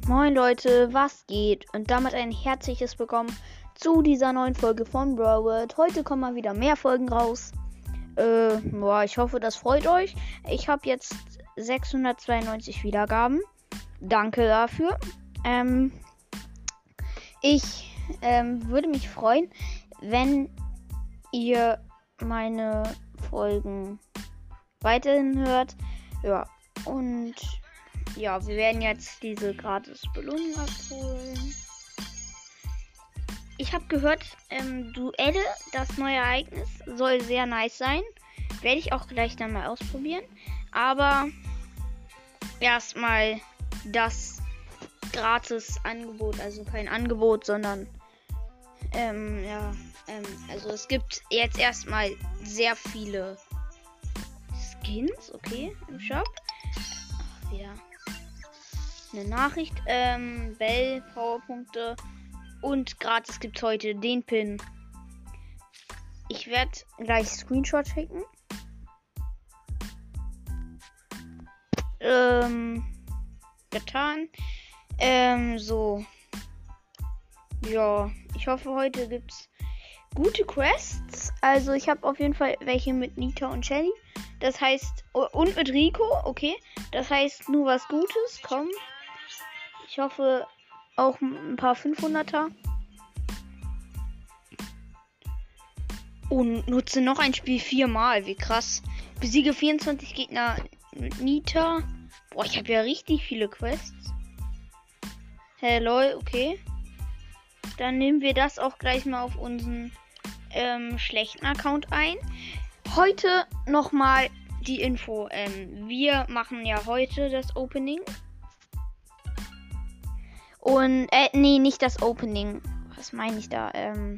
Moin Leute, was geht? Und damit ein herzliches Willkommen zu dieser neuen Folge von Brawl World. Heute kommen mal wieder mehr Folgen raus. Ich hoffe, das freut euch. Ich habe jetzt 692 Wiedergaben. Danke dafür. Ich würde mich freuen, wenn ihr meine Folgen weiterhin hört. Ja, und ja, wir werden jetzt diese gratis Belohnung abholen. Ich habe gehört, Duelle, das neue Ereignis, soll sehr nice sein. Werde ich auch gleich dann mal ausprobieren. Aber erstmal das gratis Angebot, also kein Angebot, sondern also es gibt jetzt erstmal sehr viele Skins, okay, im Shop. Ach, wieder eine Nachricht, Bell, Powerpunkte und gratis gibt's heute den Pin. Ich werde gleich Screenshot schicken. Getan. So. Ja, ich hoffe, heute gibt's gute Quests. Also ich habe auf jeden Fall welche mit Nita und Shelly. Das heißt, und mit Rico, okay. Das heißt nur was Gutes, komm. Ich hoffe auch ein paar 500er. Und nutze noch ein Spiel 4-mal, wie krass. Besiege 24 Gegner mit Nita. Boah, ich habe ja richtig viele Quests. Lol, okay. Dann nehmen wir das auch gleich mal auf unseren schlechten Account ein. Heute nochmal die Info. Wir machen ja heute das Opening. Und, nee, nicht das Opening. Was meine ich da?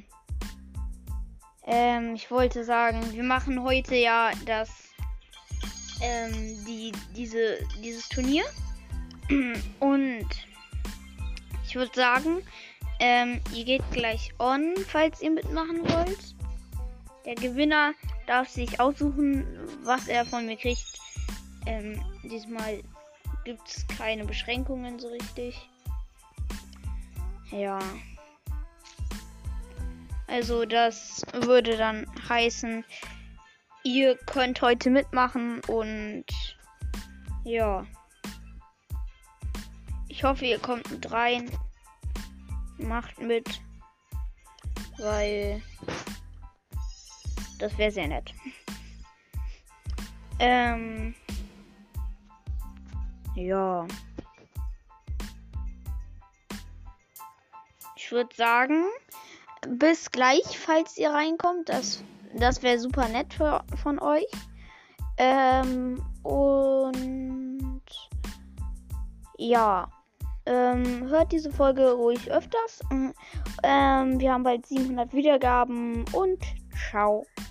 Ich wollte sagen, wir machen heute ja das, dieses Turnier. Und ich würde sagen, ihr geht gleich on, falls ihr mitmachen wollt. Der Gewinner darf sich aussuchen, was er von mir kriegt. Diesmal gibt es keine Beschränkungen so richtig. Ja. Also das würde dann heißen, ihr könnt heute mitmachen und ja. Ich hoffe, ihr kommt mit rein. Macht mit. Weil das wäre sehr nett. Ja. Ich würde sagen, bis gleich, falls ihr reinkommt. Das wäre super nett von euch. Und ja. Hört diese Folge ruhig öfters. Wir haben bald 700 Wiedergaben und ciao.